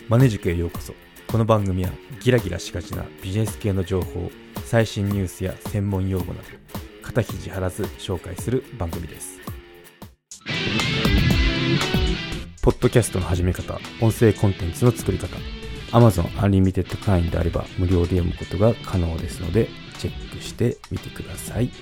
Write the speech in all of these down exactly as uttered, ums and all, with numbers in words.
マネ塾へようこそ。この番組はギラギラしがちなビジネス系の情報、最新ニュースや専門用語など肩肘張らず紹介する番組です。ポッドキャストの始め方、音声コンテンツの作り方、 Amazon Unlimited 会員であれば無料で読むことが可能ですのでチェックしてみてください。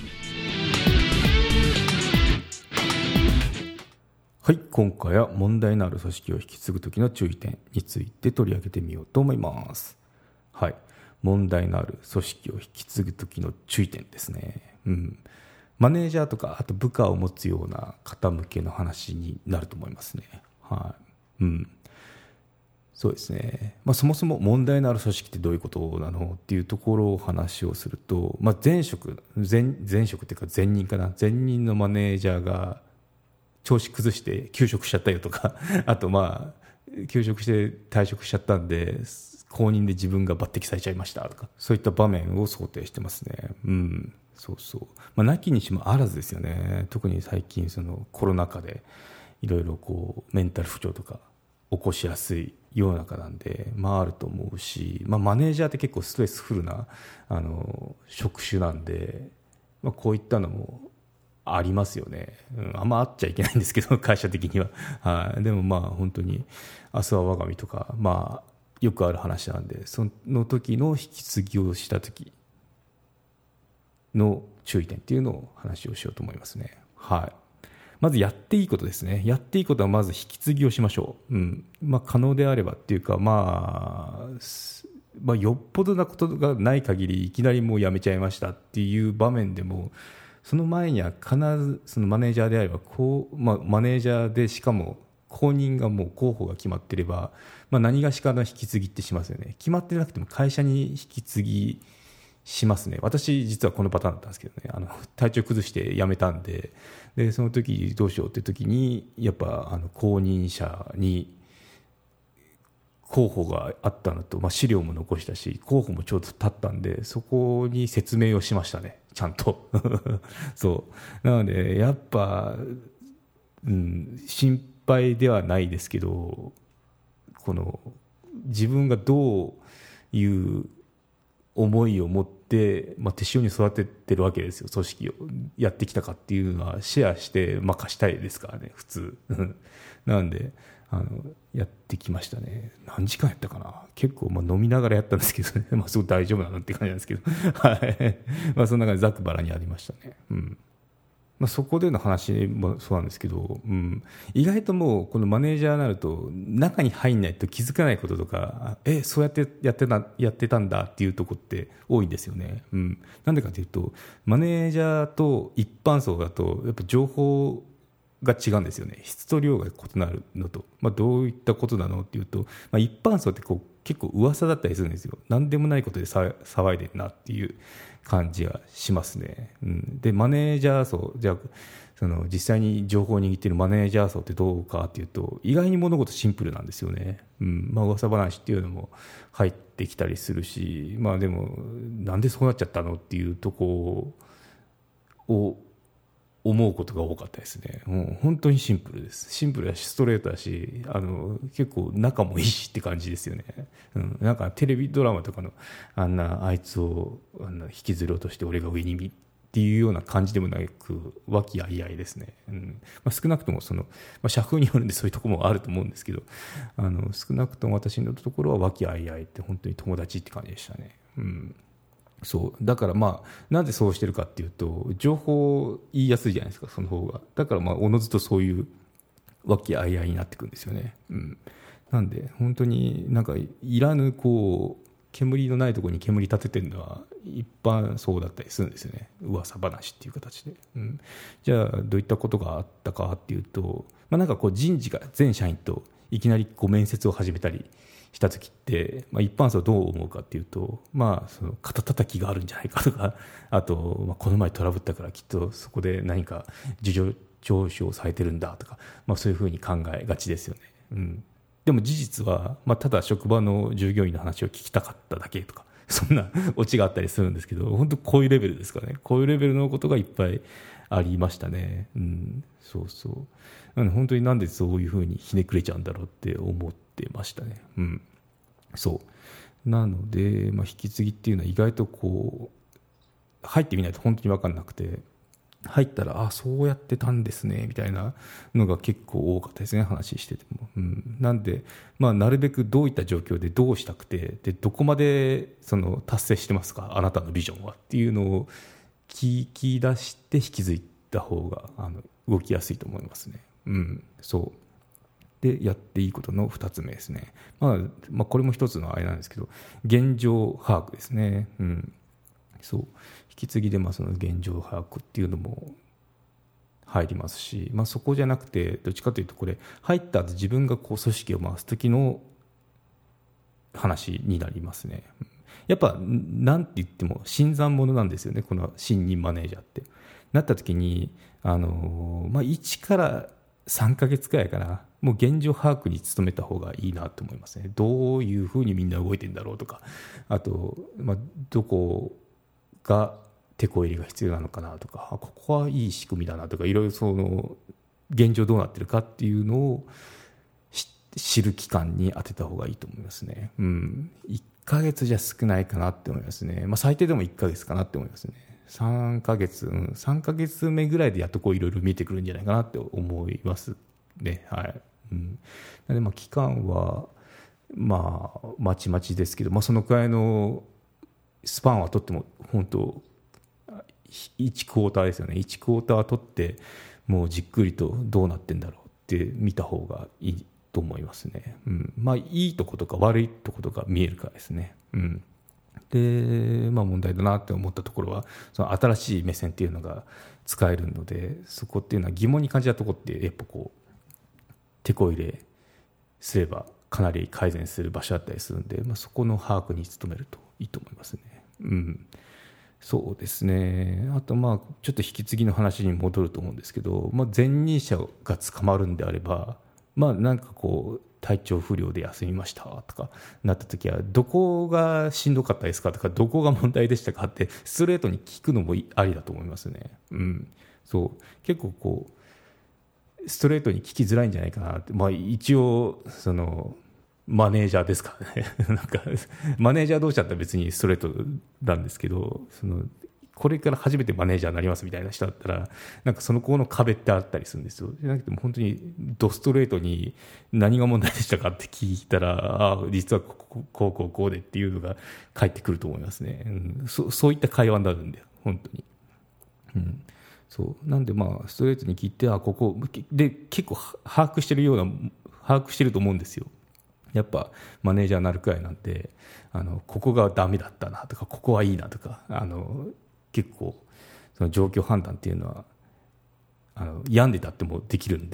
はい、今回は問題のある組織を引き継ぐときの注意点について取り上げてみようと思います。はい、問題のある組織を引き継ぐときの注意点ですね。うん、マネージャーとかあと部下を持つような方向けの話になると思いますね。はい、うん、そうですね。まあ、そもそも問題のある組織ってどういうことなのっていうところを話をすると、まあ、前職前前職っていうか前任かな前任のマネージャーが調子崩して休職しちゃったよとかあとまあ休職して退職しちゃったんで後任で自分が抜擢されちゃいましたとか、そういった場面を想定してますね。うん、そうそう、まあ、なきにしもあらずですよね。特に最近そのコロナ禍でいろいろこうメンタル不調とか起こしやすい世の中なんで、まああると思うし、まあ、マネージャーって結構ストレスフルなあの職種なんで、まあ、こういったのもありますよね。うん、あんまあっちゃいけないんですけど会社的には、はい、でもまあ本当に明日は我が身とか、まあよくある話なんで、その時の引き継ぎをした時の注意点っていうのを話をしようと思いますね。はい、まずやっていいことですね。やっていいことはまず引き継ぎをしましょう。うん、まあ可能であればっていうか、まあまあ、よっぽどなことがない限りいきなりもう辞めちゃいましたっていう場面でも、その前には必ずそのマネージャーであればこう、まあ、マネージャーでしかも後任がもう候補が決まっていれば、まあ、何がしかの引き継ぎってしますよね。決まってなくても会社に引き継ぎしますね。私実はこのパターンだったんですけどね、あの体調崩して辞めたんで、でその時どうしようって時にやっぱあの後任者に候補があったのと、まあ、資料も残したし候補もちょうど立ったんで、そこに説明をしましたね、ちゃんとそうなのでやっぱ、うん、心配ではないですけど、この自分がどういう思いを持って、まあ、手塩に育ててるわけですよ。組織をやってきたかっていうのはシェアして任したいですからね、普通なんであのやってきましたね。何時間やったかな、結構まあ飲みながらやったんですけどねまあすごい大丈夫なのって感じなんですけどはいまあそんな感じでざくばらにありましたね。うんまあ、そこでの話もそうなんですけど、うん、意外ともうこのマネージャーになると中に入んないと気づかないこととか、えそうやってやってたやってたんだっていうところって多いんですよね。うん、なんでかというとマネージャーと一般層だとやっぱ情報が違うんですよね。質と量が異なるのと、まあ、どういったことなのっていうと、まあ、一般層ってこう結構噂だったりするんですよ。何でもないことでさ騒いでるなっていう感じがしますね。うん、でマネージャー層、じゃあその実際に情報を握っているマネージャー層ってどうかっていうと、意外に物事シンプルなんですよね。うんまあ、噂話っていうのも入ってきたりするし、まあでもなんでそうなっちゃったのっていうとこを思うことが多かったですね。もう本当にシンプルです。シンプルだしストレートだし、あの結構仲もいいしって感じですよね。うん、なんかテレビドラマとかのあんなあいつをあんな引きずろうとして俺が上に見っていうような感じでもなく和気あいあいですね。うんまあ、少なくともその、まあ、社風によるんでそういうところもあると思うんですけど、あの少なくとも私のところは和気あいあいって本当に友達って感じでしたね。うんそうだからまあなんでそうしてるかっていうと情報を言いやすいじゃないですか、その方が。だからまあおのずとそういう和気あいあいになってくるんですよね。うん、なんで本当になんかいらぬこう煙のないところに煙立ててるのは一般そうだったりするんですよね、噂話っていう形で。うん、じゃあどういったことがあったかっていうと、まあ、なんかこう人事が全社員といきなりこう面接を始めたりした時って、まあ、一般層どう思うかっていうと、まあ、その肩叩きがあるんじゃないかとか、あと、まあ、この前トラブったからきっとそこで何か事情聴取をされてるんだとか、まあ、そういうふうに考えがちですよね。うん、でも事実は、まあ、ただ職場の従業員の話を聞きたかっただけとか、そんなオチがあったりするんですけど、本当こういうレベルですかね。こういうレベルのことがいっぱいありましたね。うん、そうそう。なので本当になんでそういうふうにひねくれちゃうんだろうって思ってましたね。うん、そうなので、まあ、引き継ぎっていうのは意外とこう入ってみないと本当に分かんなくて、入ったらあそうやってたんですねみたいなのが結構多かったですね、話してても。うん、なんで、まあ、なるべくどういった状況でどうしたくて、でどこまでその達成してますかあなたのビジョンはっていうのを聞き出して引き継いだ方があの動きやすいと思いますね。うん、そうでやっていいことのふたつめですね、まあまあ、これも一つのあれなんですけど、現状把握ですね。うん、そう引き継ぎでまあその現状把握っていうのも入りますし、まあ、そこじゃなくてどっちかというとこれ入った後自分がこう組織を回す時の話になりますね。やっぱなんて言っても新参者なんですよね、この新任マネージャーってなった時に、あの、まあ、いちからさんかげつくらいかな、もう現状把握に努めた方がいいなと思いますね。どういうふうにみんな動いてるんだろうとか、あと、まあ、どこが手こ入れが必要なのかなとか、あここはいい仕組みだなとか、いろいろその現状どうなってるかっていうのを知る期間に当てた方がいいと思いますね。うん、いっかげつじゃ少ないかなって思いますね。まあ、最低でもいっかげつかなって思いますね。さんかげつ、うん、さんかげつめぐらいでやっとこういろいろ見えてくるんじゃないかなって思いますね。はい。うん、なのでまあ期間はまあまちまちですけど、まあ、そのくらいのスパンは取っても本当いちクォーターですよね。いちクォーター取ってもうじっくりとどうなってんだろうって見た方がいいと思いますね。うん、まあいいとことか悪いとことか見えるからですね。うん、で、まあ、問題だなって思ったところはその新しい目線っていうのが使えるので、そこっていうのは疑問に感じたところってやっぱこう手こ入れすればかなり改善する場所だったりするんで、まあ、そこの把握に努めるといいと思いますね。うん、そうですね。あとまあちょっと引き継ぎの話に戻ると思うんですけど、まあ、前任者が捕まるんであれば、まあなんかこう体調不良で休みましたとかなった時はどこがしんどかったですかとかどこが問題でしたかってストレートに聞くのもありだと思いますね。うん、そう結構こうストレートに聞きづらいんじゃないかなって、まあ、一応そのマネージャーですからねなんかマネージャー同士だったら別にストレートなんですけど、そのこれから初めてマネージャーになりますみたいな人だったらなんかその子の壁ってあったりするんですよ。じゃなくても本当にドストレートに何が問題でしたかって聞いたら、ああ実はこうこうこうこうでっていうのが返ってくると思いますね。うん、そそういった会話になるんで本当に。うん、そうなんでまあストレートに聞いて、あここで結構把握してるような把握してると思うんですよ。やっぱマネージャーになるくらいなんで、あのここがダメだったなとかここはいいなとか、あの結構その状況判断っていうのはあの病んでたってもできるんで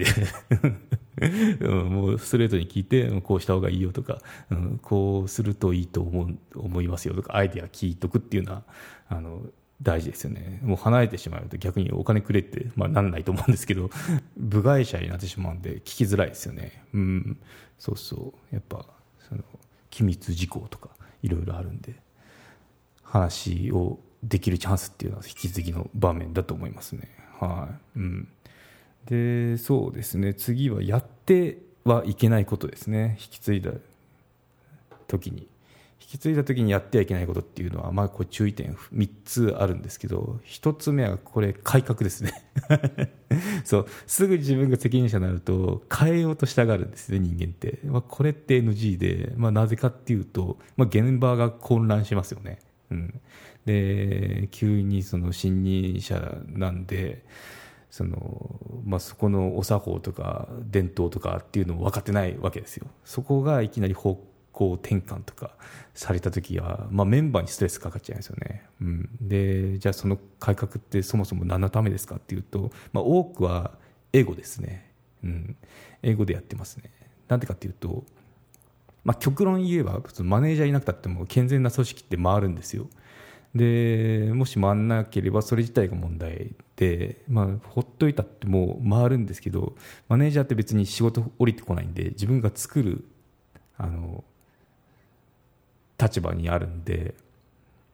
もうストレートに聞いてこうした方がいいよとか、うん、こうするといいと思う思いますよとかアイデア聞いとくっていうのはあの大事ですよね。もう離れてしまうと逆にお金くれって、まあ、なんないと思うんですけど部外者になってしまうんで聞きづらいですよね。うん、そうそうやっぱその機密事項とかいろいろあるんで話をできるチャンスっていうのは引き継ぎの場面だと思いますね。はい、うん、でそうですね、次はやってはいけないことですね。引き継いだ時に引き継いだ時にやってはいけないことっていうのは、まあ、これ注意点みっつあるんですけど、ひとつめはこれ改革ですねそうすぐ自分が責任者になると変えようとしたがるんですね、人間って。まあ、これって エヌジー で、まあ、なぜかっていうと、まあ、現場が混乱しますよね。うん、で急にその新任者なんでその、まあ、そこのお作法とか伝統とかっていうのも分かってないわけですよ。そこがいきなり方向転換とかされた時は、まあ、メンバーにストレスかかっちゃいますよね。うん、でじゃあその改革ってそもそも何のためですかっていうと、まあ、多くはエゴですね。うん、エゴでやってますね。なんでかっていうと、まあ、極論言えばマネージャーいなくたっても健全な組織って回るんですよ。でもし回らなければそれ自体が問題で、まあ、ほっといたってもう回るんですけど、マネージャーって別に仕事降りてこないんで自分が作るあの立場にあるんで、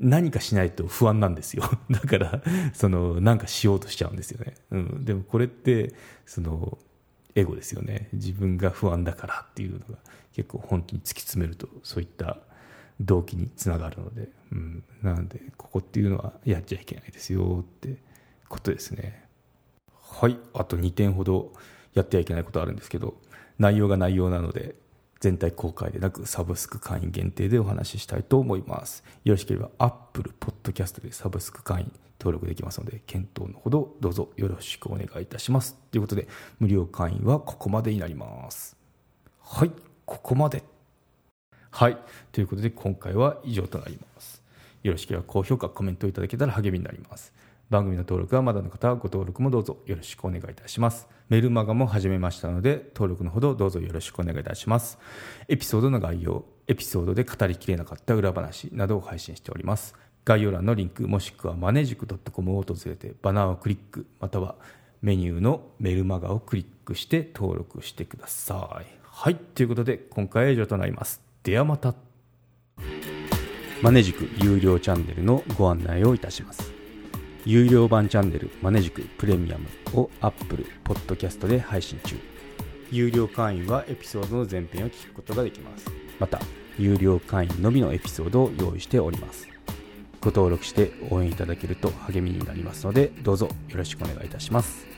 何かしないと不安なんですよだからその何かしようとしちゃうんですよね、うん、でもこれってそのエゴですよね。自分が不安だからっていうのが結構本気に突き詰めるとそういった動機につながるので、うん、なのでここっていうのはやっちゃいけないですよってことですね。はい、あとにてんほどやってはいけないことあるんですけど、内容が内容なので全体公開でなくサブスク会員限定でお話ししたいと思います。よろしければ Apple Podcast でサブスク会員登録できますので、検討のほどどうぞよろしくお願いいたします。ということで、無料会員はここまでになります。はい、ここまで。はい、ということで今回は以上となります。よろしければ高評価、コメントいただけたら励みになります。番組の登録はまだの方はご登録もどうぞよろしくお願いいたします。メルマガも始めましたので登録のほどどうぞよろしくお願いいたします。エピソードの概要、エピソードで語りきれなかった裏話などを配信しております。概要欄のリンクもしくはマネジク .com を訪れてバナーをクリック、またはメニューのメルマガをクリックして登録してください。はい、ということで今回は以上となります。ではまた。マネジク有料チャンネルのご案内をいたします。有料版チャンネルマネジクプレミアムを Apple Podcast で配信中。有料会員はエピソードの前編を聞くことができます。また有料会員のみのエピソードを用意しております。ご登録して応援いただけると励みになりますのでどうぞよろしくお願いいたします。